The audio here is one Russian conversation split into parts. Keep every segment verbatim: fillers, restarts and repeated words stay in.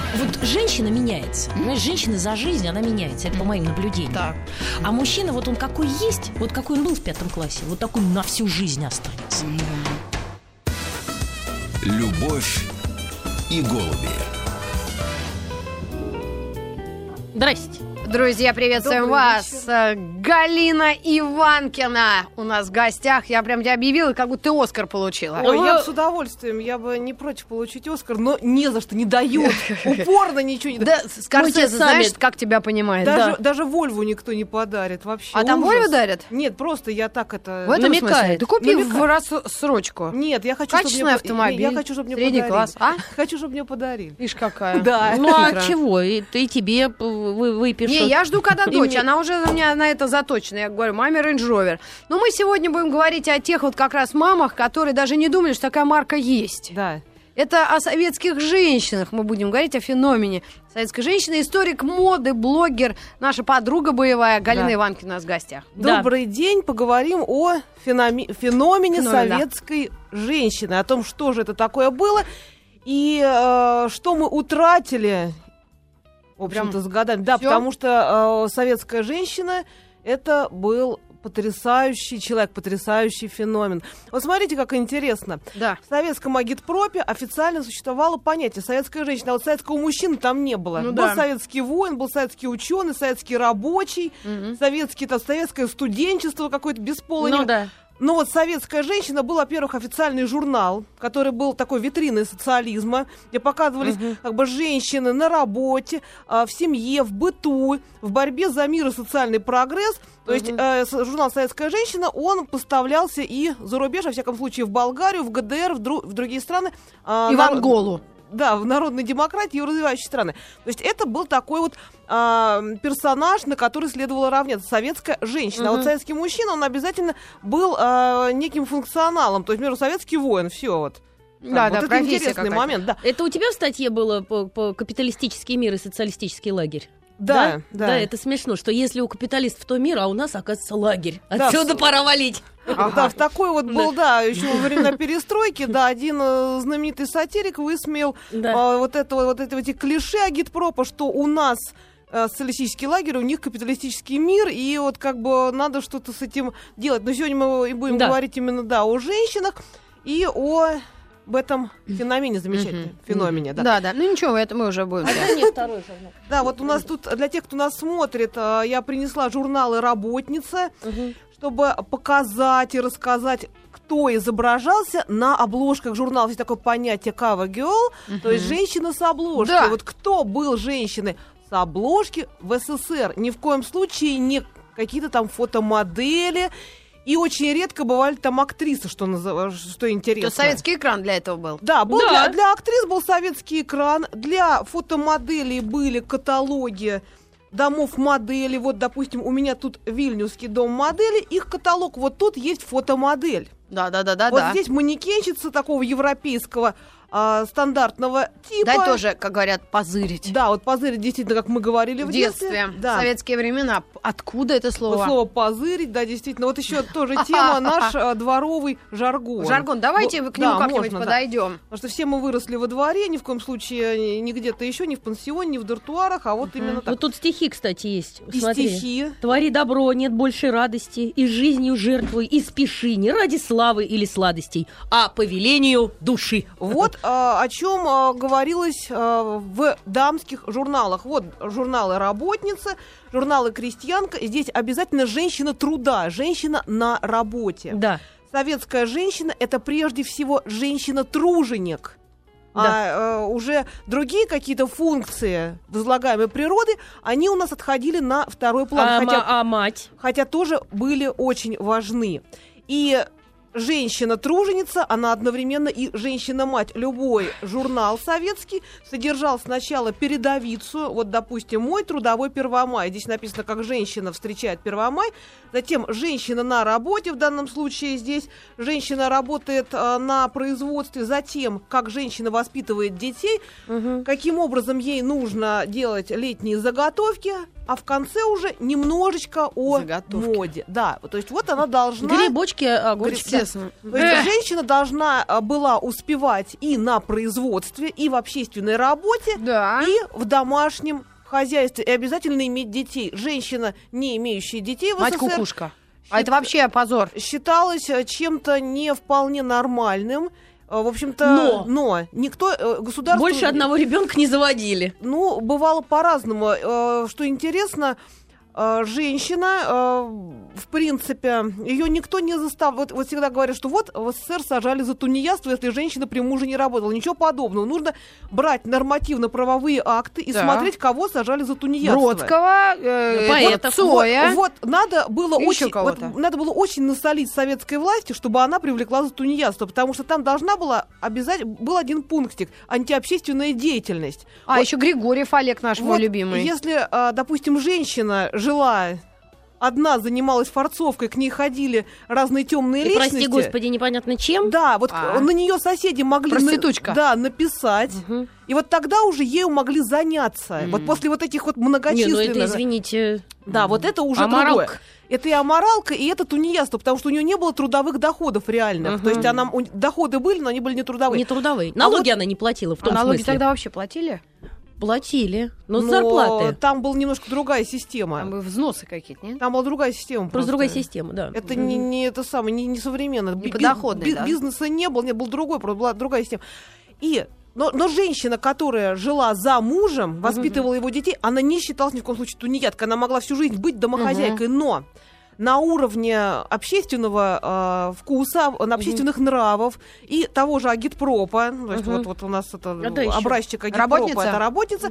Вот женщина меняется. Понимаешь, женщина за жизнь, она меняется. Это по моим наблюдениям. Так. А мужчина, вот он какой есть, вот какой он был в пятом классе, вот такой на всю жизнь останется. Любовь и голуби. Здрасте. Друзья, приветствуем Добрый вас. вечер. Галина Иванкина у нас в гостях. Я прям тебя объявила, как будто ты Оскар получила. Ой, Ну, я бы с удовольствием, я бы не против получить Оскар, но не за что, не дают. Упорно ничего не дают. Да, Скорсезе, Мы те знаешь, сами- как тебя понимает. Даже, Да. даже Вольву никто не подарит вообще. А там Ужас. Вольву дарят? Нет, просто я так это... В этом намекает. смысле? Ты купи Намекает. в рассрочку. Нет, я хочу, чтобы Качественный мне... автомобиль, Я хочу, чтобы мне средний подарили. класс. А? Хочу, чтобы мне подарили. Видишь, какая. Да. Ну а Хитро. чего? И ты себе п- вы, выпишут. Не, я жду, когда И дочь. мне- Она уже у меня на это заточена. Я говорю, маме Range Rover. Но мы сегодня будем говорить о тех вот как раз мамах, которые даже не думали, что такая марка есть. Да. Это о советских женщинах мы будем говорить, о феномене советской женщины. Историк моды, блогер, наша подруга боевая Галина Да. Иванкина у нас в гостях. Да. Добрый день. Поговорим о феноме- феномене Феномен, да. советской женщины, о том, что же это такое было и э, что мы утратили, в общем-то, Прям с годами. Да, всё? потому что э, советская женщина — это был потрясающий человек, потрясающий феномен. Вот смотрите, как интересно. Да. В советском агитпропе официально существовало понятие «советская женщина», а вот советского мужчины там не было. Ну был да. советский воин, был советский ученый, советский рабочий, Мгм. советский, там, советское студенчество какое-то бесполое. Ну да. Но вот «Советская женщина» был, во-первых, официальный журнал, который был такой витриной социализма, где показывались как бы женщины на работе, а, в семье, в быту, в борьбе за мир и социальный прогресс. То есть э, с- журнал «Советская женщина», он поставлялся и за рубеж, во всяком случае, в Болгарию, в ГДР, в, дру- в другие страны. а, И в нар- Анголу. Да, в народной демократии и в развивающие страны. То есть это был такой вот а, персонаж, на который следовало равняться. Советская женщина. А вот советский мужчина, он обязательно был а, неким функционалом. То есть, например, советский воин, все вот. Там, Да, вот да, это профессия интересный какая-то. момент, да. Это у тебя в статье было по, по капиталистический мир и социалистический лагерь? Да, да. Да, это смешно, что если у капиталистов то мир, а у нас, оказывается, лагерь. Да, Отсюда в- пора валить. Да, в такой вот был, да, еще во времена перестройки, да, один э, знаменитый сатирик высмеял Да. а, вот это вот это, эти клише агитпропа, что у нас э, социалистический лагерь, у них капиталистический мир, и вот как бы надо что-то с этим делать. Но сегодня мы и будем Да. говорить именно, да, о женщинах и о об этом феномене замечательном, феномене, да. Да, да. Ну ничего, это мы уже будем. А нет, второй журнал. Да, вот у нас тут, для тех, кто нас смотрит, э, я принесла журналы «Работница», чтобы показать и рассказать, кто изображался на обложках журналов. Есть такое понятие cover girl, то есть женщина с обложки. Да. Вот кто был женщиной с обложки в СССР? Ни в коем случае не какие-то там фотомодели. И очень редко бывали там актрисы, что, назыв... что интересно. То советский экран для этого был. Да, был Да. Для, для актрис был советский экран, для фотомоделей были каталоги домов моделей. Вот, допустим, у меня тут Вильнюсский дом модели, их каталог, вот тут есть фотомодель. Да, да, да, да, вот да. здесь манекенщица такого европейского а, стандартного типа. Дай тоже, как говорят, позырить. Да, вот позырить, действительно, как мы говорили в, В детстве, Да. советские времена. Откуда это Вот слово? слово позырить, да, действительно. Вот еще тоже тема наш а, дворовый жаргон. Жаргон. Давайте Вот, к нему да, как-нибудь можно, да. подойдем. Потому что все мы выросли во дворе, ни в коем случае ни где-то еще, ни в пансионе, ни в дартуарах, а вот именно так. Вот тут стихи, кстати, есть. И Смотри. стихи. Твори добро, нет больше радости, и жизнью жертвуй, и спеши, не ради славы или сладостей, а по велению души. Вот а, о чем а, говорилось а, в дамских журналах. Вот журналы «Работница», журналы «Крестьянка». Здесь обязательно женщина труда, женщина на работе. Да. Советская женщина — это прежде всего женщина-труженик. А э, уже другие какие-то функции, возлагаемые природы, они у нас отходили на второй план. А, хотя, ма- а мать? хотя тоже были очень важны. И женщина-труженица, она одновременно и женщина-мать. Любой журнал советский содержал сначала передовицу, вот, допустим, «Мой трудовой Первомай». Здесь написано, как женщина встречает Первомай. Затем женщина на работе, в данном случае здесь женщина работает а, на производстве. Затем, как женщина воспитывает детей, Угу. каким образом ей нужно делать летние заготовки. а в конце уже немножечко о Заготовки. моде. Да, то есть вот она должна... Грибочки, огурчики. Естественно. То есть женщина должна а, была успевать и на производстве, и в общественной работе, Да. и в домашнем хозяйстве. И обязательно иметь детей. Женщина, не имеющая детей в Мать СССР, кукушка. А это вообще позор. считалась э, чем-то не вполне нормальным. Э, В общем-то, Но. но никто, э, государство... Больше одного ребенка не заводили. Ну, бывало по-разному. Э, Что интересно, э, женщина, э, в принципе, ее никто не заставлял. Вот, вот всегда говорят, что вот в СССР сажали за тунеядство, если женщина при муже не работала. Ничего подобного. Нужно брать нормативно-правовые акты и Да. смотреть, кого сажали за тунеядство. Бродского, э, Поэтов. Цоя. Вот, вот надо было Еще очень, вот, кого-то. надо было очень насолить советской власти, чтобы она привлекла за тунеядство, потому что там должна была обязательно был один пунктик: антиобщественная деятельность. А, Вот- еще Григорьев Олег наш мой вот любимый. Если, а, допустим, женщина жила одна, занималась форцовкой, к ней ходили разные темные И, личности. прости господи, непонятно чем. Да, вот А. к- на нее соседи могли на- Проститутка. да, написать. Мгм. И вот тогда уже ею могли заняться. Мгм. Вот после вот этих вот Не, ну многочисленных... это, извините, Да, вот это уже аморалка. другое. Это и аморалка, и это тунеядство, потому что у нее не было трудовых доходов реальных. Мгм. То есть она, у- доходы были, но они были не трудовые. не трудовые. Налоги вот- она не платила в том А налоги смысле. тогда вообще платили? Платили, но с Но зарплаты. там была немножко другая система. Там бы взносы какие-то, нет? Там была другая система. Просто другая система, да. Это не, не это самое, не, не современно. Не Би- подоходный, би- да? Бизнеса не было, не был другой, просто была другая система. И но, но женщина, которая жила за мужем, воспитывала его детей, она не считалась ни в коем случае тунеядкой. Она могла всю жизнь быть домохозяйкой, но на уровне общественного э, вкуса, на общественных нравов и того же агитпропа, то есть Мгм. вот, вот у нас это А да, ещё. образчик агитпропа, Работница? это работница,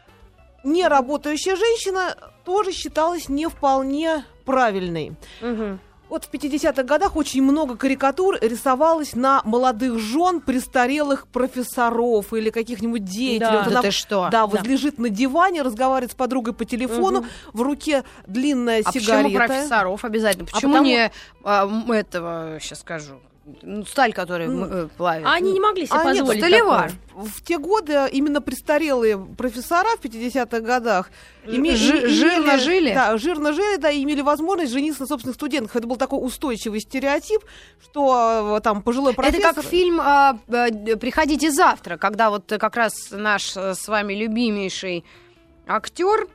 неработающая женщина тоже считалась не вполне правильной. Мгм. Вот в пятидесятых годах очень много карикатур рисовалось на молодых жен престарелых профессоров или каких-нибудь деятелей. Да. Вот Да она, ты что? да, вот Да. лежит на диване, разговаривает с подругой по телефону, Мгм. в руке длинная А почему сигарета. профессоров обязательно? Почему потому- не а, м, этого, сейчас скажу, ну, сталь, которую Ну, м, э, плавят? А они не могли себе А нет, позволить столевар. такое. В те годы именно престарелые профессора в пятидесятых годах име- Жи- и- жирно имели- жили? Да, жирно жили, да, и имели возможность жениться на собственных студентах. Это был такой устойчивый стереотип, что э, там пожилой профессор... Это как фильм а, а, «Приходите завтра», когда вот как раз наш э, с вами любимейший актер,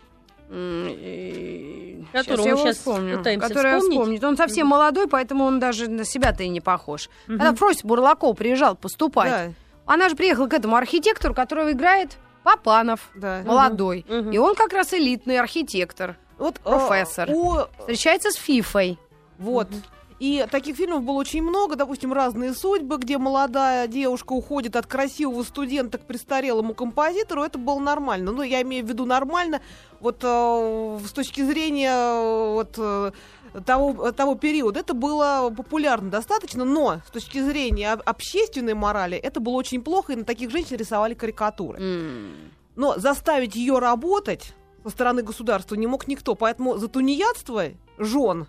Которого я мы его щас вспомню, пытаемся который вспомнить. вспомнит. Он совсем молодой, поэтому он даже на себя-то и не похож. Мгм. Когда Фрось Бурлаков приезжал поступать, Да, она же приехала к этому архитектору, которого играет Папанов, да. молодой. Мгм. И он как раз элитный архитектор. Вот, э, Профессор. у Встречается с Фифой. Вот. И таких фильмов было очень много. Допустим, «Разные судьбы», где молодая девушка уходит от красивого студента к престарелому композитору. Это было нормально. Ну, я имею в виду нормально вот э, с точки зрения э, вот, э, того, того периода. Это было популярно достаточно, но с точки зрения об- общественной морали это было очень плохо, и на таких женщин рисовали карикатуры. М. Но заставить ее работать со стороны государства не мог никто. Поэтому за тунеядство жен,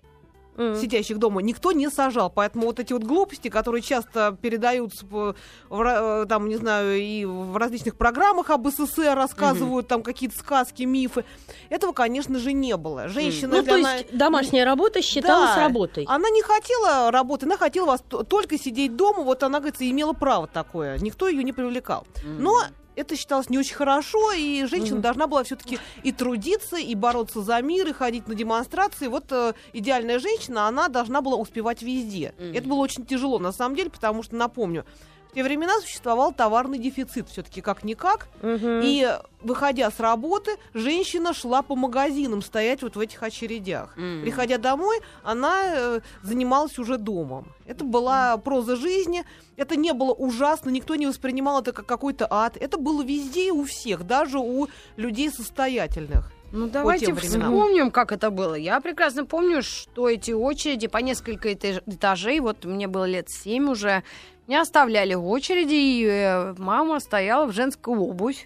Мгм. сидящих дома, никто не сажал. Поэтому вот эти вот глупости, которые часто передаются в, в ра- там, не знаю, и в различных программах об СССР рассказывают там какие-то сказки, мифы, этого, конечно же, не было. Женщина, Ну, если то она- есть домашняя работа считалась Да. работой. Она не хотела работать, она хотела вас т- только сидеть дома. Вот она, говорится, имела право такое. Никто ее не привлекал. Но это считалось не очень хорошо, и женщина Мгм. должна была все-таки и трудиться, и бороться за мир, и ходить на демонстрации. Вот э, идеальная женщина, она должна была успевать везде. Мгм. Это было очень тяжело, на самом деле, потому что, напомню, в те времена существовал товарный дефицит, все-таки как-никак. Мгм. И, выходя с работы, женщина шла по магазинам стоять вот в этих очередях. М. Приходя домой, она э, занималась уже домом. Это была проза жизни. Это не было ужасно, никто не воспринимал это как какой-то ад. Это было везде и у всех, даже у людей состоятельных. Ну, давайте тем временам. вспомним, как это было. Я прекрасно помню, что эти очереди по несколько этаж- этажей, вот мне было лет семь уже, меня оставляли в очереди, и э, мама стояла в женскую обувь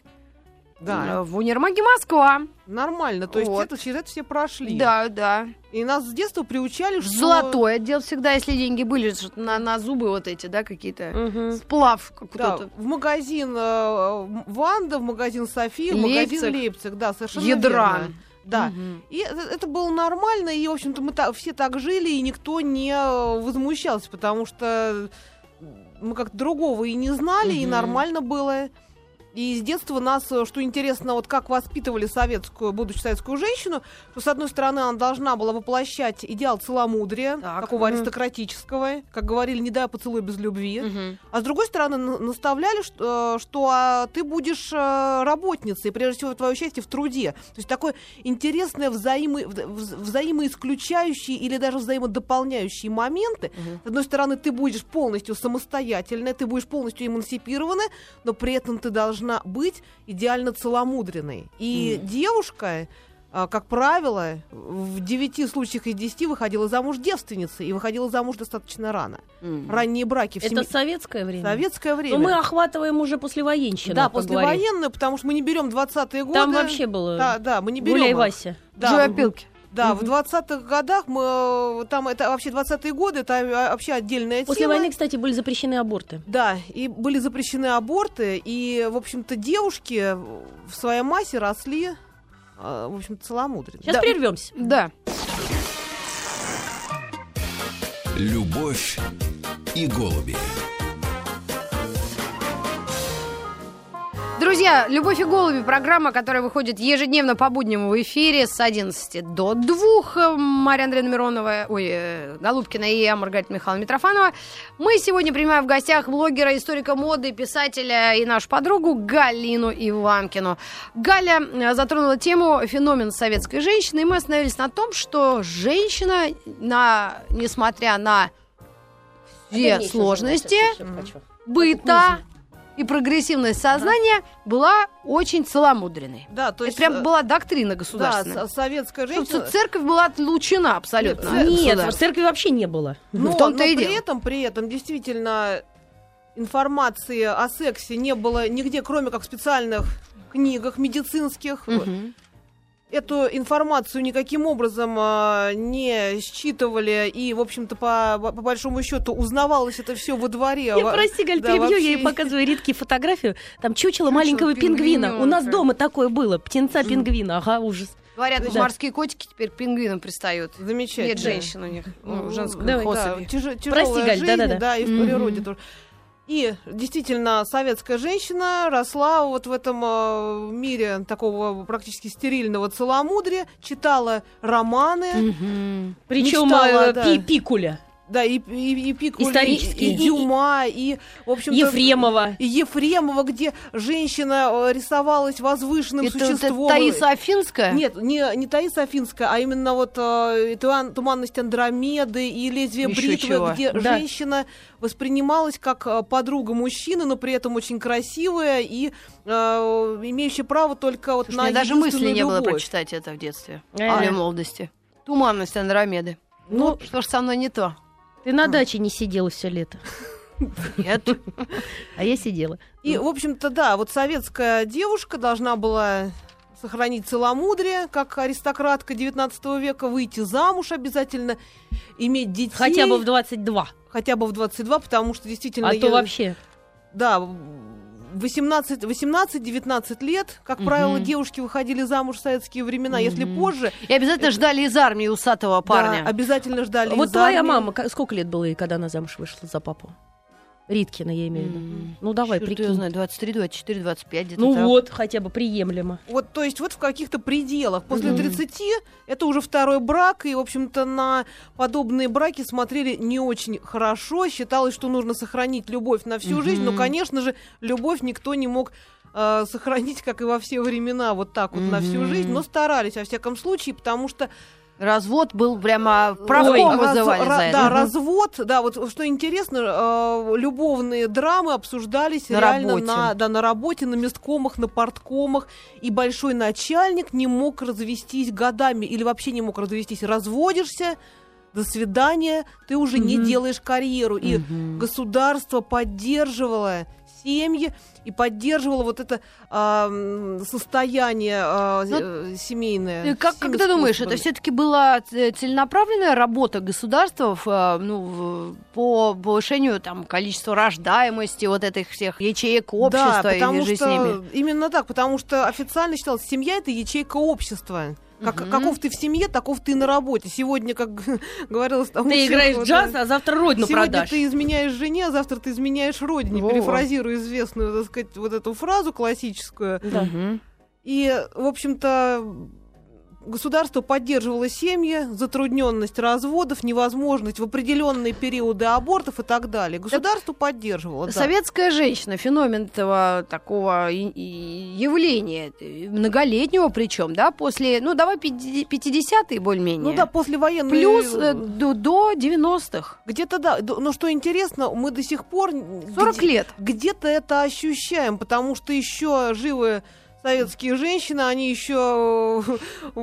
Да, э, в универмаге «Москва». нормально. То есть Вот. это, через это все прошли. Да, да. И нас с детства приучали, что... Золотой отдел всегда, если деньги были, что на, на зубы вот эти, да, какие-то. Мгм. Сплав Да, какой-то. в магазин э, Ванда, в магазин София, в магазин Лейпциг. Лейпциг, да, совершенно Ядран. верно. Да. Мгм. И это, это было нормально, и, в общем-то, мы та- все так жили, и никто не э, возмущался, потому что мы как-то другого и не знали, и Мгм. нормально было. И с детства нас, э, что интересно, вот как воспитывали советскую, будущую советскую женщину, что, с одной стороны, она должна была воплощать идеал целомудрия, Так. такого Мгм. аристократического, как говорили, не дай поцелуй без любви. Мгм. А с другой стороны, на- наставляли, что, что а, ты будешь а, работницей, прежде всего, твое счастье в труде. То есть такое интересное взаимо, вз- взаимоисключающие или даже взаимодополняющие моменты. Мгм. С одной стороны, ты будешь полностью самостоятельная, ты будешь полностью эмансипирована, но при этом ты должна быть идеально целомудренной. И Мгм. девушка, а, как правило, в девяти случаях из десяти выходила замуж девственницей и выходила замуж достаточно рано. Мгм. Ранние браки в Это семье- советское время? Советское время. Но мы охватываем уже послевоенщину. Да, поговорим. послевоенную, потому что мы не берем двадцатые годы. Там вообще было Да, да, мы не берем. Гуляй, их. Вася. Да, Джой в- опилки. Да, Мгм. в двадцатых годах мы э, там это вообще двадцатые годы, это а, вообще отдельная После тема. войны, кстати, были запрещены аборты. Да, и были запрещены аборты, и, в общем-то, девушки в своей массе росли, э, в общем-то, целомудренные. Сейчас Да. прервемся. Да. Любовь и голуби. Друзья, «Любовь и голуби» — программа, которая выходит ежедневно по будням в эфире с одиннадцати до двух. Мария Андреевна Миронова, ой, э, Голубкина и я, Маргарита Михайловна Митрофанова. Мы сегодня принимаем в гостях блогера, историка моды, писателя и нашу подругу Галину Иванкину. Галя э, затронула тему феномен советской женщины, и мы остановились на том, что женщина, на, несмотря на все сложности быта и прогрессивность сознания, была очень целомудренной. Да, то Это есть, прям э, была доктрина да, государственная. с- советская женщина... Собственно, церковь была отлучена абсолютно. Нет, от Нет, в государства. церкви вообще не было. Но, в том-то но и при дело. этом, при этом, действительно, информации о сексе не было нигде, кроме как в специальных книгах медицинских. Мгм. Эту информацию никаким образом а, не считывали, и, в общем-то, по, по большому счету, узнавалось это все во дворе. Я, Во- прости, Галь, да, перебью, я вообще- ей показываю Ритке фотографию. Там чучело, Чучело маленького пингвина. пингвина, У нас да. дома такое было. Птенца пингвина. Ага, ужас. Говорят, Да. морские котики теперь к пингвинам пристают. Замечательно. Нет женщин у них, ну, женской давай, особи. Да, тяж- тяжелая Прости, Галь, жизнь, да-да-да. да, и в Мгм. природе тоже. И действительно, советская женщина росла вот в этом э, мире такого практически стерильного целомудрия, читала романы, Мгм. Причем Мечтала, э, да. пи- Пикуля. да, и, и, и Пикуля, Исторические. и, и Дюма, и, в общем-то, Ефремова. и Ефремова, где женщина э, рисовалась возвышенным Это, вот это существом. Таиса Афинская? Нет, не, не Таиса Афинская, а именно вот э, «Туман- «Туманность Андромеды» и «Лезвие Еще бритвы», чего. где Да. женщина воспринималась как э, подруга мужчины, но при этом очень красивая и э, имеющая право только вот Слушай, на у меня даже мысли единственную не было любовь. прочитать это в детстве. Э. Или в молодости. «Туманность Андромеды». Ну, Что ж со мной не то? ты на даче не сидела все лето. Нет. А я сидела. И, в общем-то, да, вот советская девушка должна была сохранить целомудрие, как аристократка девятнадцатого века, выйти замуж обязательно, иметь детей. Хотя бы в двадцать два. хотя бы в двадцать два, потому что действительно... А то я- вообще. Да, восемнадцать-девятнадцать лет, как Мгм. правило, девушки выходили замуж в советские времена. Если Мгм. позже, И обязательно ждали из армии усатого парня. да, обязательно ждали Вот из твоя армии. мама, ка- сколько лет было ей, когда она замуж вышла за папу? Риткина, я имею в виду. М. Ну, давай, Чёрт её прикинь. знает, двадцать три, двадцать четыре, двадцать пять, где-то Ну так. вот, хотя бы приемлемо. Вот, то есть вот в каких-то пределах. После Мгм. тридцати это уже второй брак, и, в общем-то, на подобные браки смотрели не очень хорошо. Считалось, что нужно сохранить любовь на всю Мгм. жизнь, но, конечно же, любовь никто не мог э, сохранить, как и во все времена, вот так вот на всю Мгм. жизнь, но старались, во всяком случае, потому что Развод был прямо... Правком Ой, вызывали раз- за ра- это. Да, Мгм. развод, да, вот что интересно, э, любовные драмы обсуждались На реально работе. на, да, на работе, на месткомах, на порткомах, и большой начальник не мог развестись годами или вообще не мог развестись. Разводишься, до свидания, ты уже не Мгм. делаешь карьеру. И Мгм. государство поддерживало семьи и поддерживало вот это а, м, состояние а, Ну, э, семейное. Ты как, всеми как ты думаешь, способами. это все-таки была ц- целенаправленная работа государства в, э, ну, в- по повышению там, количества рождаемости, вот этих всех ячеек общества Да, и потому же что с ними? именно так, потому что официально считалось, семья это ячейка общества. Как, Мгм. Каков ты в семье, таков ты на работе. Сегодня, как говорилось... там у Ты всех, играешь в вот, джаз, да, а завтра родину сегодня продашь. ты изменяешь жене, а завтра ты изменяешь родине. Во-во. Перефразирую известную, так сказать, вот эту фразу классическую. Да. Мгм. И, в общем-то, государство поддерживало семьи, затрудненность разводов, невозможность в определенные периоды абортов и так далее. Государство поддерживало. Да. Советская женщина, феномен этого такого и- и явления, э, многолетнего причем, да, после, ну, давай пяти- пятидесятые более-менее. Ну да, послевоенные... Плюс э, до, до девяностых. Где-то да. Д- Но что интересно, мы до сих пор... сорок где- лет. Где-то это ощущаем, потому что еще живы советские женщины, они еще в,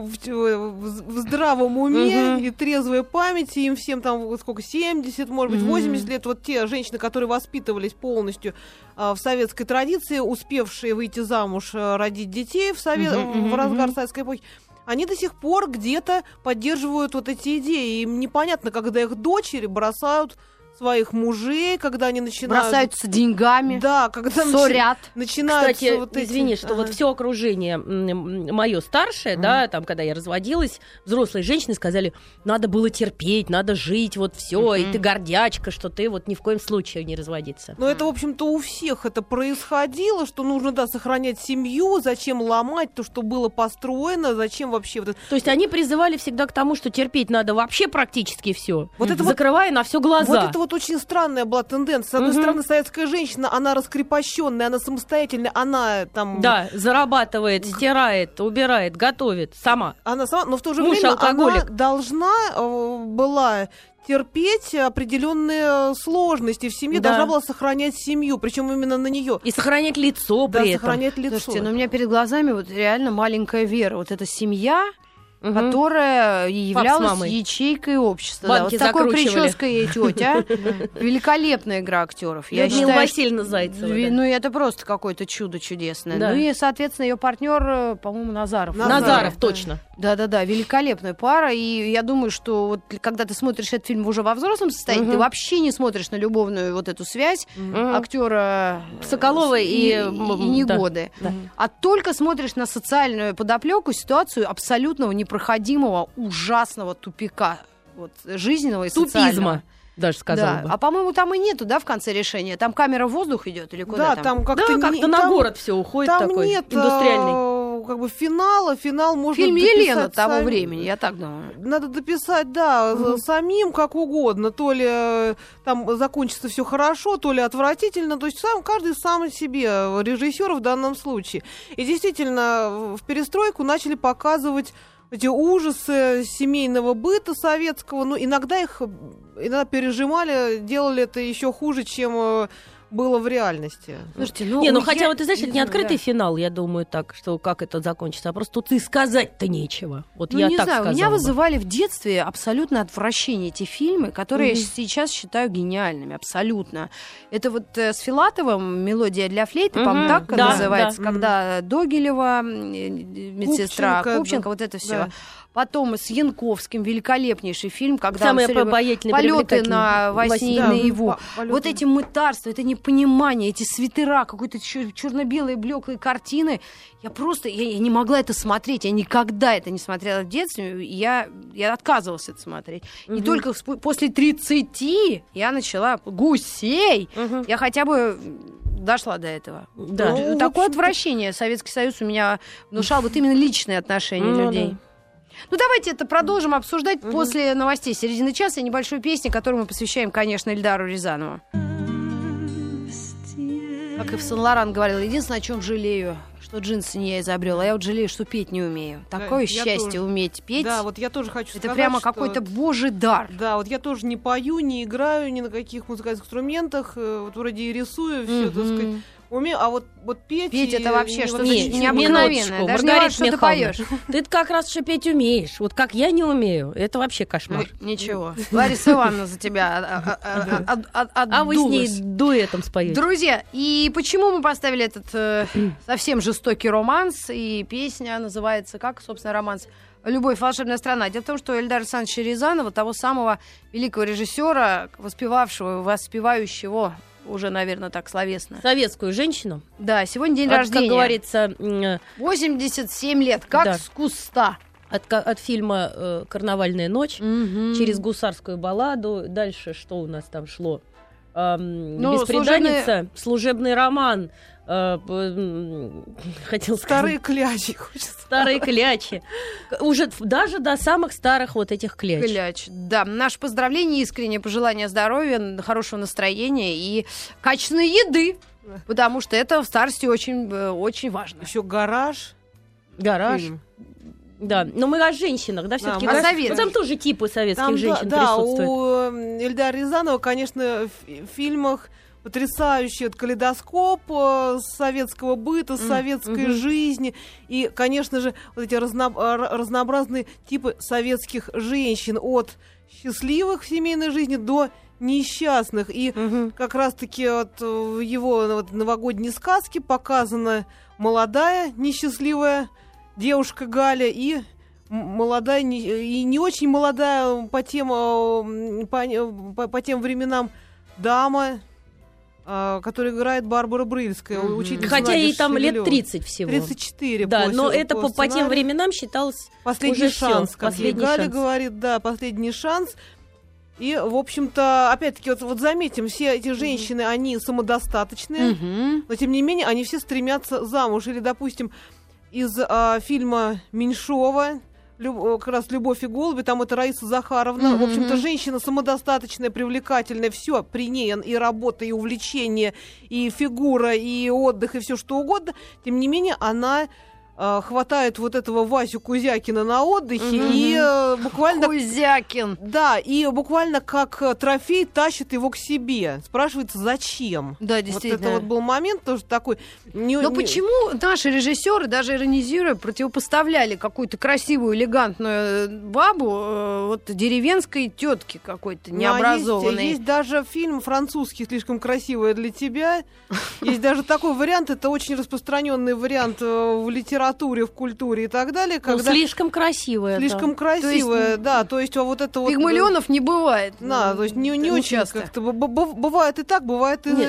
в- в здравом уме Мгм. и трезвой памяти, им всем там вот сколько, семьдесят, может быть, Мгм. восемьдесят лет. Вот те женщины, которые воспитывались полностью а, в советской традиции, успевшие выйти замуж, а, родить детей в, совет... Мгм, в разгар мгм. советской эпохи, они до сих пор где-то поддерживают вот эти идеи. Им непонятно, когда их дочери бросают своих мужей, когда они начинают... Бросаются деньгами, Да, когда начи- ссорят. начинаются Кстати, вот эти... извини, что Ага. вот все окружение мое старшее, да, там, когда я разводилась, взрослые женщины сказали, надо было терпеть, надо жить, вот все, и Мгм. ты гордячка, что ты вот ни в коем случае не разводиться. Но это, в общем-то, у всех это происходило, что нужно, да, сохранять семью, зачем ломать то, что было построено, зачем вообще вот это... То есть они призывали всегда к тому, что терпеть надо вообще практически все, Вот это вот- закрывая на все глаза. Вот это вот очень странная была тенденция. С одной Мгм. стороны, советская женщина, она раскрепощенная, она самостоятельная, она там... Да, зарабатывает, стирает, убирает, готовит сама. Она сама, но в то же Муж время алкоголик. она должна э, была терпеть определенные сложности в семье, Да. должна была сохранять семью, причем именно на нее. И сохранять лицо Да, при этом. сохранять лицо. Слушайте, ну у меня перед глазами вот реально маленькая Вера. Вот эта семья, Мгм. которая и являлась мамой. ячейкой общества. Да, вот Банки с такой закручивали. прической и тетя. Великолепная игра актеров. Я Людмила считаю, Васильевна Зайцева. Ви- да. Ну, это просто какое-то чудо чудесное. Да. Ну и, соответственно, ее партнер, по-моему, Назаров. Назаров, Назаров, да. точно. Да-да-да, великолепная пара. И я думаю, что вот когда ты смотришь этот фильм уже во взрослом состоянии, Мгм. ты вообще не смотришь на любовную вот эту связь Мгм. актера Соколова и, и, м, и да. Негоды. Да. А только смотришь на социальную подоплеку, ситуацию абсолютного непроходимого, ужасного тупика. Вот, жизненного и социального. Тупизма, даже сказала Да. бы. А по-моему, там и нету, да, в конце решения. Там камера в воздух идет или куда Да, там Да, как-то... как-то не- на там- город все уходит Там такой, нет индустриальный. э, как бы финала, финал можно Фильм дописать Елена того сами- времени, я так думаю. Надо дописать, да, Мгм. самим как угодно. То ли э, там закончится все хорошо, то ли отвратительно. То есть сам, каждый сам себе режиссер в данном случае. И действительно, в перестройку начали показывать эти ужасы семейного быта советского. Ну, иногда их иногда пережимали, делали это еще хуже, чем э, было в реальности. Слушайте, ну, Не, ну я- хотя вот ты знаешь, это не знаю, открытый да. финал, я думаю, так, что как это закончится, а просто тут и сказать-то нечего. Вот Ну, я не так знаю, сказала меня бы. вызывали в детстве абсолютно отвращение эти фильмы, которые Мгм. я сейчас считаю гениальными, абсолютно. Это вот э, с Филатовым «Мелодия для флейты», Мгм. по-моему, так Да, называется, да. когда Догилева, м, э, медсестра, Купченко, Купченко, да. вот это все. Да. Потом с Янковским великолепнейший фильм, когда Самый он всё время- обаятельный, полеты привлекательный. на во Во сне и сне, да. наяву. По- полеты. Вот эти мытарства, это непонимание, эти свитера, какой-то черно-белые блеклые картины. Я просто, я, я не могла это смотреть, я никогда это не смотрела в детстве, я, я отказывалась это смотреть. И Мгм. только всп- после тридцати я начала гусей, Мгм. я хотя бы дошла до этого. Да. Ну, в такое общем-то- отвращение Советский Союз у меня внушал вот именно личные отношения Ну, людей. да. Ну, давайте это продолжим обсуждать после новостей середины часа и небольшой песни, которую мы посвящаем, конечно, Эльдару Рязанову. Как и в Сен-Лоран говорил, единственное, о чем жалею, что джинсы не я изобрел, а я вот жалею, что петь не умею. Такое я счастье тоже. уметь петь. Да, вот я тоже хочу это сказать, прямо что- какой-то божий дар. Да, вот я тоже не пою, не играю ни на каких музыкальных инструментах, э, вот вроде и рисую, все, так Мгм. сказать, умею, а вот, вот петь... Петь и- это вообще и что-то вот Не, ничего. необыкновенное. минуточку, Даже не Маргарита важно, что ты Михайловна, поешь. ты как раз шипеть умеешь. Вот как я не умею, это вообще кошмар. Ну, ничего. Лариса Ивановна за тебя а- а- а- а- а- А вы с ней отдулась. дуэтом споете. Друзья, и почему мы поставили этот э, совсем жестокий романс, и песня называется, как, собственно, романс «Любовь, волшебная страна». Дело в том, что Эльдара Александровича Рязанова, того самого великого режиссера, воспевавшего, воспевающего, уже, наверное, так словесно. Советскую женщину. Да, сегодня день Вот, рождения. Как говорится, м, восемьдесят семь лет, как Да. с куста. От, ка- от фильма э, «Карнавальная ночь», Мгм. через гусарскую балладу. Дальше что у нас там шло? Эм, Ну, «Бесприданница», служебный роман. э, п- м, Хотел сказать. Старые клячи, хочется. Старые клячи. Уже ф- даже до самых старых вот этих кляч. Кляч. Да, наше поздравление, искреннее пожелание здоровья, н- хорошего настроения и качественной еды. Потому что это в старости очень, э, очень важно. Еще «Гараж». Гараж. фильм. Да, но мы о женщинах, да, все-таки. мы о советских. Там тоже типы советских Там, женщин да, да, присутствуют. у м, Эльдара Рязанова, конечно, в фи- в фильмах потрясающий вот калейдоскоп э, советского быта, советской мгм. жизни. И, конечно же, вот эти разно- р- разнообразные типы советских женщин. От счастливых в семейной жизни до несчастных. И Мгм. как раз-таки вот в его вот, новогодней сказке показана молодая несчастливая девушка Галя и м- молодая не- и не очень молодая по тем, э, по, по- по тем временам дама, э, которая играет Барбара Брыльская, Мгм. учительница Хотя ей Надежды там лет Шевелёвой. тридцать всего. тридцать четыре. Да, по но сю- это по, по тем сценарию. временам считалось Последний уже всё, шанс, как последний Галя шанс. говорит, да, последний шанс. И, в общем-то, опять-таки, вот, вот заметим, все эти женщины, они самодостаточные, Мгм. но, тем не менее, они все стремятся замуж. Или, допустим, из а, фильма Меньшова, Лю- как раз «Любовь и голуби», там это Раиса Захаровна. Мгм. В общем-то, женщина самодостаточная, привлекательная, все при ней, и работа, и увлечение, и фигура, и отдых, и все что угодно. Тем не менее, она а, хватает вот этого Васю Кузякина на отдыхе Мгм. и э, буквально... Кузякин. Да, и буквально как э, трофей тащит его к себе. Спрашивается, зачем? Да, Вот действительно. это вот был момент тоже такой... Не, Но не- почему наши режиссеры, даже иронизируя, противопоставляли какую-то красивую, элегантную бабу э, вот деревенской тетке какой-то Ну, а необразованной? Есть, есть даже фильм французский «Слишком красивая для тебя». Есть даже такой вариант, это очень распространенный вариант э, в литературе, в культуре и так далее, ну, когда слишком красивая. слишком да. красивая, да, то есть а вот это вот... Пигмалионов не бывает. Да, то есть не, не Это очень часто. как-то. б- б- Бывает и так, бывает и Нет,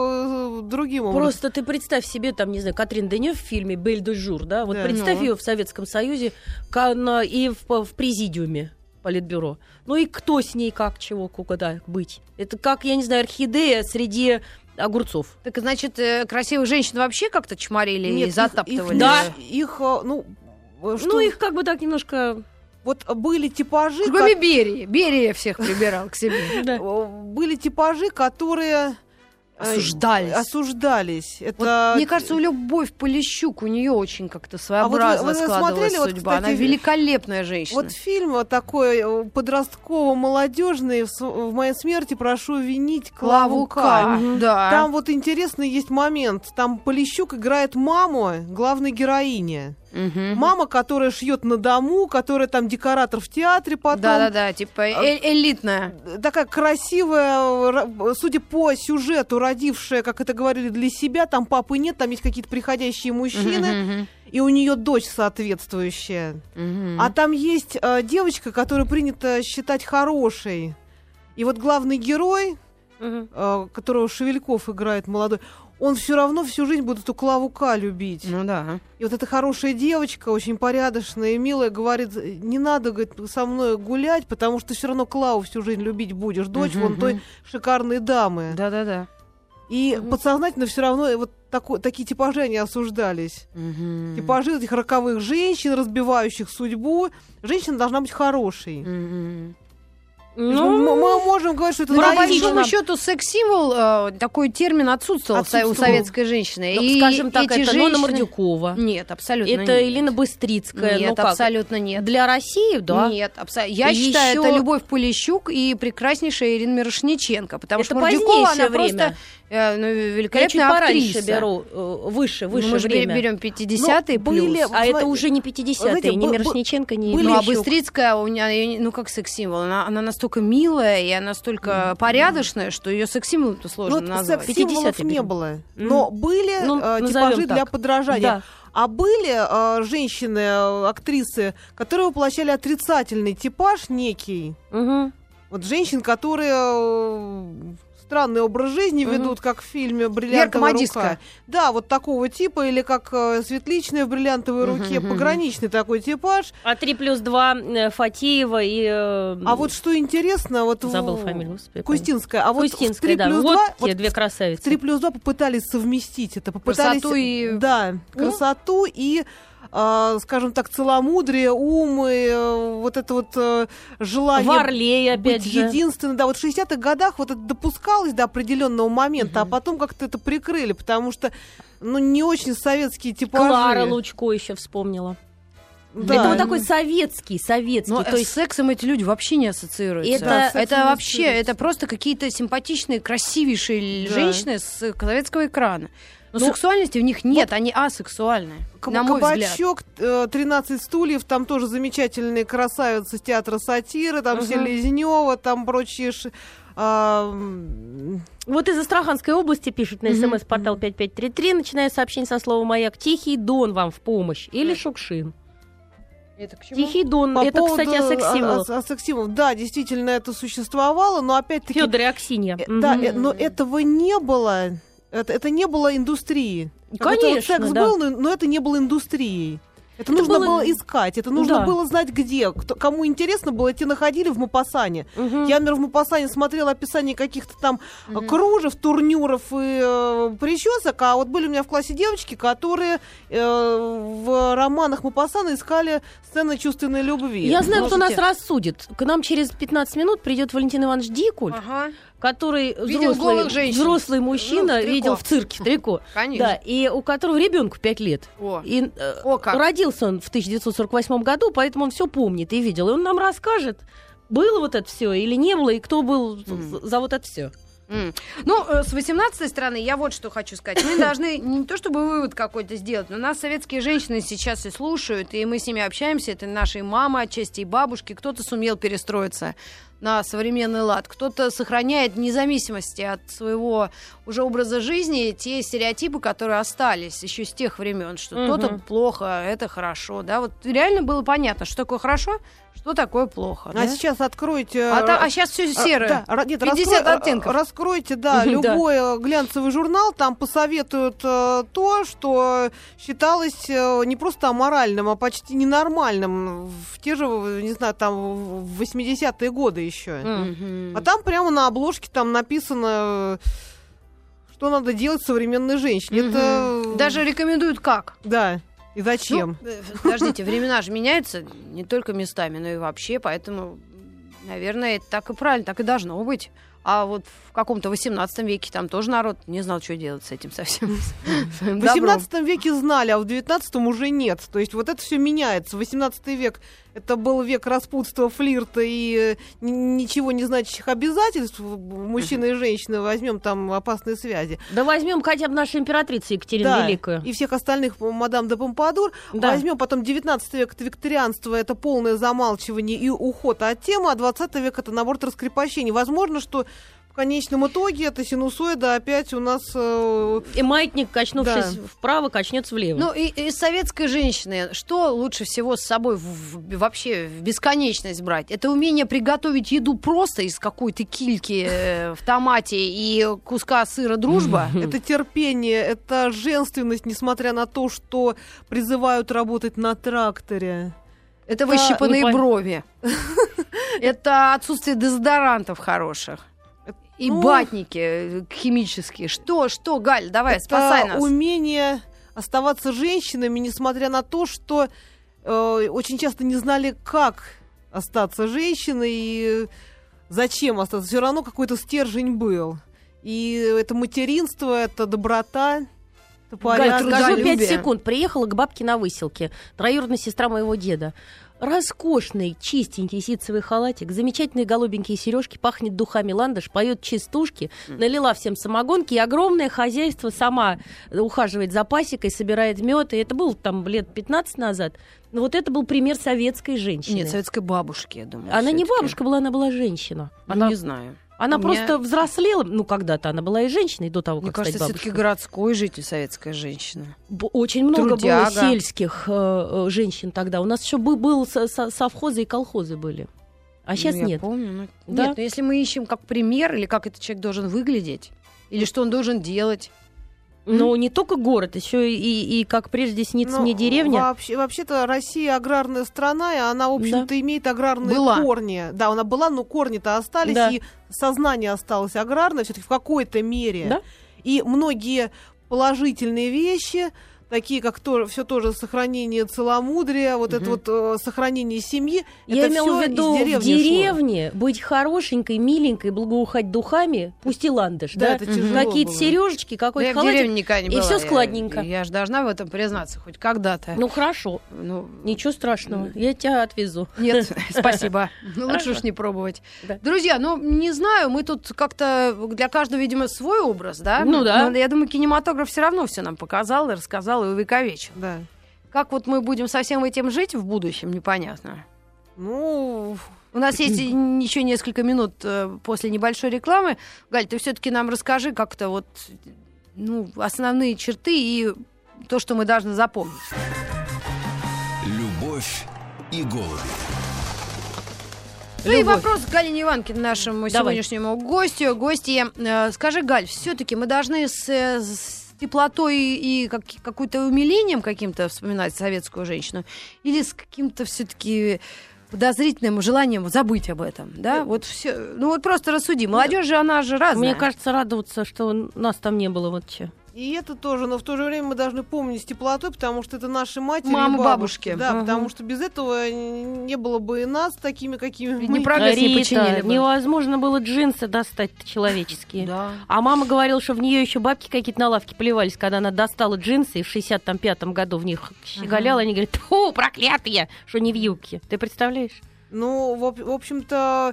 э, другим образом. Просто ты представь себе, там, не знаю, Катрин Денев в фильме «Бель де Жур», да, вот Да. представь Ну. ее в Советском Союзе ка- на- и в, в президиуме Политбюро. Ну и кто с ней, как, чего, куда быть? Это как, я не знаю, орхидея среди огурцов. Так, значит, э, красивых женщин вообще как-то чморили Нет, и их- затаптывали? Их, Да. их, э, ну, э, что, Ну их как бы так немножко... вот были типажи, Кроме ко- Берии. Берия всех прибирал к себе. Да. э, были типажи, которые э, Осуждались. осуждались. Вот, Это мне кажется, у Любовь Полищук, у нее очень как-то А своеобразно вот вы- вы складывалась смотрели, вот, судьба. Она кстати, великолепная женщина. вот фильм вот такой э, подростково-молодежный в, с- в моей смерти прошу винить Клаву К. Клавука. Да. Там вот интересный есть момент. Там Полищук играет маму главной героини. Мгм. Мама, которая шьет на дому, которая там декоратор в театре потом. Да-да-да, типа э- элитная. Такая красивая, ра- судя по сюжету, родившая, как это говорили, для себя. Там папы нет, там есть какие-то приходящие мужчины. Мгм, И у нее дочь соответствующая. мгм. А там есть э, девочка, которую принято считать хорошей. И вот главный герой, Мгм. э, которого Шевельков играет, молодой, он все равно всю жизнь будет эту Клаву К любить. Ну да. И вот эта хорошая девочка, очень порядочная и милая, говорит, не надо, говорит, со мной гулять, потому что все равно Клаву всю жизнь любить будешь, дочь Мгм, вон той мгм. шикарной дамы. Да-да-да. И Мгм. подсознательно все равно вот тако- такие типажи, они осуждались. Мгм. Типажи этих роковых женщин, разбивающих судьбу. Женщина должна быть хорошей. Мгм. То есть Ну, мы, мы можем говорить, что это По наивно. большому счету, секс-символ, э, такой термин отсутствовал, в со- у Отсутствовал. советской женщины. ну, И скажем так, эти это Нона женщины- Мордюкова. Нет, абсолютно Это нет. Елена Быстрицкая. Нет, ну как? абсолютно нет. Для России, да. Нет, абсолютно. Я И считаю, ещё- это Любовь Полищук и прекраснейшая Ирина Мирошниченко, потому Это что Мордюкова, она позднейшее время. просто э, ну, Я чуть великолепная пораньше актриса. беру, э, выше, выше Ну, мы же время. берем пятидесятые Ну, плюс. были- А Смотри, это уже не пятидесятые, знаете, ни б- б- Мирошниченко, ни были Ну, а Полищук. Быстрицкая, у нее, её не- ну, как секс-символ. Она, она настолько милая, и она настолько порядочная, что ее секс-символом-то сложно Ну, назвать. секс-символов пятидесятые не берем. было. Мгм. Но были Ну, э, назовем типажи для так. подражания. Да. А были э, женщины, э, актрисы, которые воплощали отрицательный типаж некий. Мгм. Вот женщин, которые э, странный образ жизни Мгм. ведут, как в фильме Верка «Бриллиантовая Модистка. рука». Да, вот такого типа, или как э, Светличная в «Бриллиантовой Мгм, руке», мгм. пограничный такой типаж. А три плюс два э, Фатеева и... э, А вот что интересно, вот в- Забыл фамилию, господи, Кустинская, а вот в Кустинская, три да. плюс Вот два, те вот две красавицы. три плюс два попытались совместить это, попытались Красоту и- да, красоту и а, скажем так, целомудрие, ум и э, вот это вот э, желание Варлей, опять быть же. единственной. Да, вот в шестидесятых годах вот это допускалось до определенного момента, а потом как-то это прикрыли, потому что ну не очень советские типажи. Клара Лучко еще вспомнила. Да. Это вот такой советский, советский. Но то э, есть с сексом эти люди вообще не ассоциируются. Это- Да, с это сексом не вообще, ассоциируются. это просто какие-то симпатичные, красивейшие Да. женщины с э, советского экрана. Но Ну, сексуальности в них нет, они асексуальные, К- на мой взгляд. Кабачок, э, тринадцать стульев, там тоже замечательные красавицы с театра сатиры, там Мгм. Селезнева, там прочие... ш- а, м, Вот из Астраханской области пишет на Мгм. смс-портал пять пять три три, начиная сообщение со слова «Маяк». Тихий Дон вам в помощь. Или Шукшин. Это к чему? Тихий Дон. по Это, поводу, кстати, о секс-символах. о- о- о секс-символах. Да, действительно, это существовало, но опять-таки... Фёдор и Аксинья. э, Мгм. Да, э, но этого не было. Это, это не было индустрией. Как будто вот Конечно, секс да. был, но, но это не было индустрией. Это, Это нужно было- было искать, это нужно Да. было знать где. Кто, кому интересно было, те находили в Мопассане. Мгм. Я, например, в Мопассане смотрела описание каких-то там э, кружев, турнюров и э, причесок, а вот были у меня в классе девочки, которые э, в романах Мопассана искали сцены чувственной любви. Я знаю, кто нас Слушайте. рассудит. К нам через пятнадцать минут придет Валентин Иванович Дикуль, Ага, который Видел взрослый, голых женщин. взрослый Ну, мужчина в трико. видел в цирке, в трико. конечно. Да, и у которого ребенку пять лет. О. И э, О, как. родился он в тысяча девятьсот сорок восьмом году, поэтому он все помнит и видел. И он нам расскажет, было вот это все или не было, и кто был Мгм. за вот это все. М. Ну, э, с восемнадцатой стороны я вот что хочу сказать. Мы должны не то чтобы вывод какой-то сделать, но нас советские женщины сейчас и слушают, и мы с ними общаемся. Это наши мамы, отчасти и бабушки. Кто-то сумел перестроиться на современный лад, кто-то сохраняет независимости от своего уже образа жизни те стереотипы, которые остались еще с тех времен, что Мгм. то-то плохо, это хорошо. Да? Вот реально было понятно, что такое хорошо, что такое плохо. А да? сейчас откройте... А, та- э, а сейчас все серое. А, да, ра- нет, пятьдесят раскрой- оттенков. ра- Раскройте, да, Да. любой э, глянцевый журнал, там посоветуют э, то, что считалось э, не просто аморальным, а почти ненормальным в те же, не знаю, там в восьмидесятые годы еще. Мгм. А там прямо на обложке там написано, э, что надо делать современной женщине. Мгм. Это... Даже рекомендуют как. Да. И зачем? Ну, э, подождите, времена же меняются не только местами, но и вообще, поэтому, наверное, это так и правильно, так и должно быть. А вот в каком-то восемнадцатом веке там тоже народ не знал, что делать с этим совсем. В восемнадцатом веке знали, а в девятнадцатом уже нет. То есть вот это все меняется. восемнадцатый век — это был век распутства, флирта и э, н- ничего не значащих обязательств мужчины и женщины. Возьмем там опасные связи. Да возьмем хотя бы нашу императрицу Екатерину Да, Великую. и всех остальных, мадам де Помпадур. Да. Возьмем потом девятнадцатый век — это викторианство, это полное замалчивание и уход от темы, а двадцатый век — это наоборот раскрепощение. Возможно, что в конечном итоге эта синусоида опять у нас... э, И маятник, качнувшись Да. вправо, качнется влево. Ну, и из советской женщины что лучше всего с собой в- в- вообще в бесконечность брать? Это умение приготовить еду просто из какой-то кильки э, в томате и куска сыра «Дружба». Это терпение, это женственность, несмотря на то, что призывают работать на тракторе. Это Да, выщипанные не пон- брови. Это отсутствие дезодорантов хороших. И Ну, батники э, химические. Что, что, Галь, давай, это спасай нас. умение оставаться женщинами, несмотря на то, что э, очень часто не знали, как остаться женщиной и зачем остаться. Все равно какой-то стержень был. И это материнство, это доброта, это Галь, порядок. скажу пять трудолюбие. секунд. Приехала к бабке на выселке. Троюродная сестра моего деда. Роскошный, чистенький ситцевый халатик, замечательные голубенькие сережки, пахнет духами ландыш, поет частушки, налила всем самогонки, и огромное хозяйство сама ухаживает за пасекой, собирает мед. И это было там лет пятнадцать назад. Но вот это был пример советской женщины. Нет, советской бабушки, я думаю. Она не всё-таки. бабушка была, она была женщина. Ну, Она, не знаю. она У меня- просто взрослела, ну, когда-то она была и женщиной до того, Мне как кажется, стать все-таки бабушкой. городской житель, советская женщина. Б- Очень много Трудяга. было сельских э, э, женщин тогда. У нас еще был, был со- со- совхозы и колхозы были. А сейчас Ну, я нет. помню. Ну, Да? Нет, но если мы ищем как пример, или как этот человек должен выглядеть, или что он должен делать. Но не только город, еще и, и как прежде снится Ну, мне деревня. Вообще, вообще-то Россия аграрная страна, и она, в общем-то, Да. имеет аграрные Была. корни. Да, она была, но корни-то остались, Да. и сознание осталось аграрное все-таки в какой-то мере. Да? И многие положительные вещи, такие как то, все тоже сохранение целомудрия, вот это вот э, сохранение семьи, Я это имела всё в виду из деревни в деревне быть хорошенькой, миленькой, благоухать духами, пусть и ландыш, Да, да? это тяжело Какие-то было. сережечки, Да какой-то я в халатик. деревне никогда не и была. всё Я- складненько. Я, же должна в этом признаться хоть когда-то. Ну хорошо, Ну, ничего страшного, я тебя отвезу. нет, спасибо. Ну, лучше Хорошо. уж не пробовать. Да. Друзья, ну, не знаю, мы тут как-то для каждого, видимо, свой образ, да? Ну да. Но я думаю, кинематограф все равно все нам показал и рассказал, и увековечил. Да. Как вот мы будем со всем этим жить в будущем, непонятно. Ну, У нас есть еще несколько минут э, после небольшой рекламы. Галь, ты все-таки нам расскажи как-то вот ну, основные черты и то, что мы должны запомнить. Любовь и голуби. Ну и Любовь. вопрос к Галине Иванкиной, нашему Давай. сегодняшнему гостю. Гостье, э, скажи, Галь, все-таки мы должны с, э, с теплотой и как, какой-то умилением каким-то вспоминать советскую женщину или с каким-то все-таки подозрительным желанием забыть об этом, да? Вот все, ну вот просто рассуди. Молодежь же, она же разная. Мне кажется, радоваться, что нас там не было, вот че. и это тоже, но в то же время мы должны помнить с теплотой, потому что это наши матери Мамы, и бабушки. бабушки. Да, Мгм. потому что без этого не было бы и нас такими, какими Ведь мы. не прогресс не Рита, починили бы. невозможно было джинсы достать-то человеческие. Да. А мама говорила, что в нее еще бабки какие-то на лавке плевались, когда она достала джинсы и в шестьдесят пятом году в них щеголяла. Они говорят, фу, проклятые, что не в юбке. Ты представляешь? Ну, в, об- в общем-то,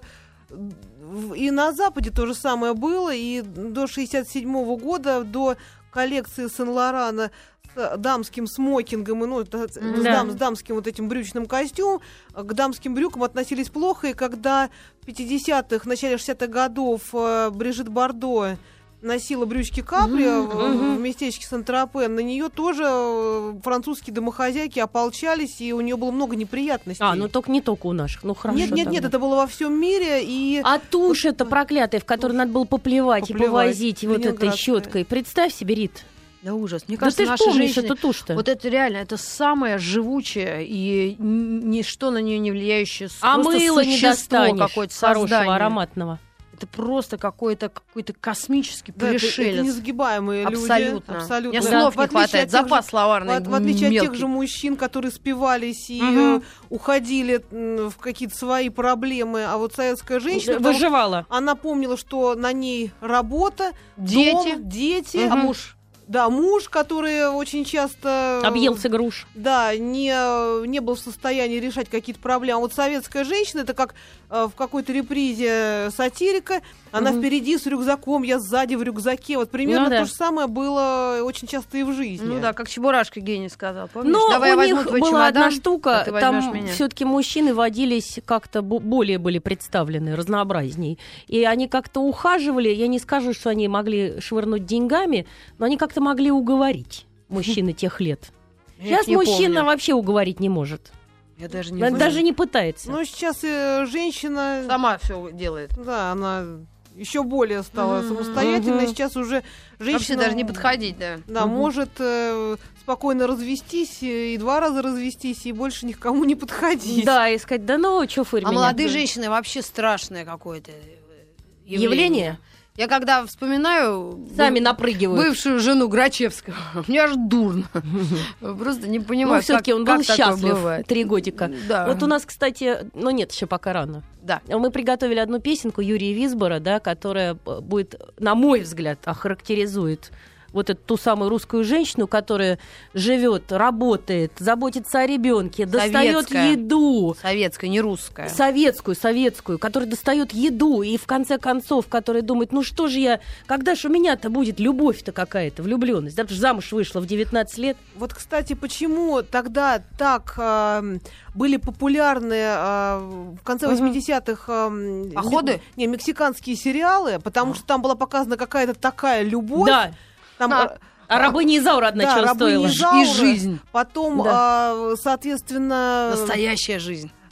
в- и на Западе то же самое было, и до шестьдесят седьмого года, до коллекции Сен-Лорана с дамским смокингом, и, ну, это с, Да. дам- с дамским вот этим брючным костюмом, к дамским брюкам относились плохо, и когда в пятидесятых, в начале шестидесятых годов э, Брижит Бардо носила брючки капри Мгм, в, мгм. в местечке Сен-Тропен, на нее тоже э, французские домохозяйки ополчались, и у нее было много неприятностей. А, ну только не только у наших, ну хорошо. Нет, нет, нет, тогда. это было во всем мире, и А тушь это проклятая, в которой надо было поплевать, и Поплевать, повозить вот этой ленинградская. щеткой. Представь себе, Рит. Да ужас. Мне Да кажется, ты ж наши помнишь женщины... эту тушь-то. Вот это реально, это самое живучее и н- ничто на нее не влияющее с- А просто мыло не существо достанешь какое-то хорошего, создание. ароматного. Это просто какой-то какой-то космический да, это, пришелец. это несгибаемые Абсолютно. люди. Абсолютно. Мне Да. слов В не отличие хватает. от тех же- Запас словарный В, в отличие от тех мелкий. же мужчин, которые спивались и Мгм. э, уходили м, в какие-то свои проблемы, а вот советская женщина, потому что Выживала. она помнила, что на ней работа, Дети. дом, дети, А муж? да, муж, который очень часто э, Объелся груш. да, не, не был в состоянии решать какие-то проблемы. А вот советская женщина, это как э, в какой-то репризе сатирика, она Мгм. впереди с рюкзаком, я сзади в рюкзаке. Вот примерно Ну да. то же самое было очень часто и в жизни. Ну да, как Чебурашка гений сказал. Помнишь? Но Давай я у возьму них твой была чемодан, одна штука, а ты возьмешь там меня. все-таки мужчины водились как-то бо- более были представлены, разнообразней. И они как-то ухаживали, я не скажу, что они могли швырнуть деньгами, но они как-то могли уговорить мужчины тех лет. Я Сейчас их не мужчина помню. вообще уговорить не может. Я даже не Он знаю. даже не пытается. Ну, сейчас э, женщина, Сама все делает. да, она еще более стала Мгм. самостоятельной. Мгм. Сейчас уже женщина... Вообще даже не подходить, да. Да, Мгм. может э, спокойно развестись, э, и два раза развестись, и больше ни к кому не подходить. Да, и сказать, да ну, что фырь А меня. молодые Да. женщины вообще страшное какое-то э, явление. Явление? Я когда вспоминаю Сами бы- напрыгивают. бывшую жену Грачевского, мне аж дурно. Просто не понимаю, Ну, все-таки как- он был как такое счастлив бывает. три годика. Да. Вот у нас, кстати, ну нет, еще пока рано. Да. Мы приготовили одну песенку Юрия Висбора, да, которая э, будет, на мой взгляд, охарактеризует вот эту ту самую русскую женщину, которая живет, работает, заботится о ребенке, достает Советская. еду. Советская, не русская. Советскую, советскую, которая достает еду и в конце концов, которая думает, ну что же я, когда же у меня-то будет любовь-то какая-то, влюбленность, да, потому что замуж вышла в девятнадцать лет. Вот, кстати, почему тогда так э, были популярны э, в конце Мгм. восьмидесятых э, Походы? Не, мексиканские сериалы, потому что там была показана какая-то такая любовь. Да, Там, А, э, а рабыня Изаура одна да, чего рабыня стоила. Изаура. И жизнь. Потом, Да. а, соответственно... Настоящая жизнь.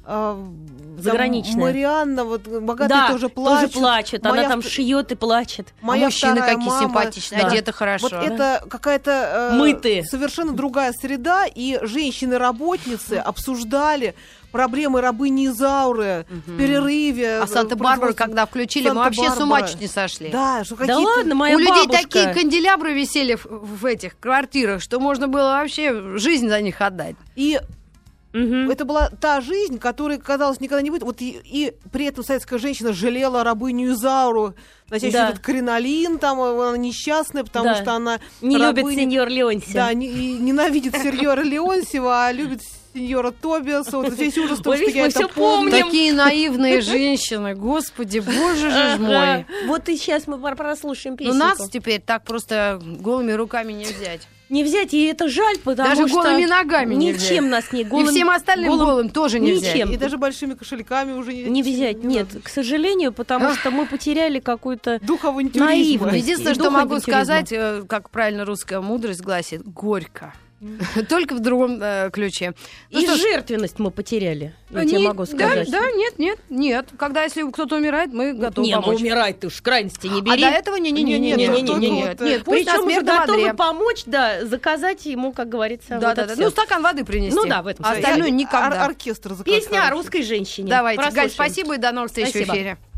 а, Заграничная. Марианна, вот богатые Да, тоже плачут. тоже плачет. Моя Она там в- шьет и плачет. Моя а мужчины вторая какие мама. симпатичные, Да. одеты хорошо. Вот это какая-то э, Мытые. совершенно другая среда, и женщины-работницы обсуждали проблемы рабыни Изауры в перерыве. А Санта-Барбару, производства. когда включили, мы вообще с ума Санта-Барбара. чуть не сошли. Да, что Да какие-то... ладно, моя У людей бабушка. такие канделябры висели в, в этих квартирах, что можно было вообще жизнь за них отдать. И Мгм. это была та жизнь, которая, казалось, никогда не будет. Вот и, и при этом советская женщина жалела рабыню Изауру, носящую Да. этот кринолин, там она несчастная, потому Да. что она Не любит рабыня- сеньор Леонси. Да, не- и ненавидит сеньора Леонсева, а любит сеньора Тобиаса. Вот весь ужас в том, Ой, что видишь, я мы это всё помню. помним. Такие наивные женщины, господи, боже же ж мой. Ага. Вот и сейчас мы про- прослушаем Ну песенку. нас теперь так просто голыми руками не взять. Не взять, и это жаль, потому Даже что... голыми ногами не взять. Ничем нас не голым... И всем остальным голым- голым тоже не взять. ничем. И даже большими кошельками уже не, Не взять, не нет, надо. к сожалению, потому что мы потеряли какую-то... Дух авантюризма. Наивность. Единственное, И что дух могу авантюризма. сказать, э, как правильно русская мудрость гласит, горько. Только в другом э, ключе. Ну И что ж, жертвенность мы потеряли, я не- тебе могу сказать. Да, да, нет, нет, нет. Когда если кто-то умирает, мы готовы Не, ну помочь. умирать ты уж крайности не А бери. до этого не-не-не-не. Не-не-не, Нет, только нет, вот, нет, э, нет, пусть на Причем уже смертном готовы одре. помочь, да, заказать ему, как говорится, Да, вот да, это да. всё. Ну, стакан воды принести. Ну да, в этом А смысле. остальное Я- никогда. ор- оркестр заказать Песня о хороший. русской женщине. Давайте. Галь, Прослушаем. спасибо и до новых встреч Спасибо. в эфире.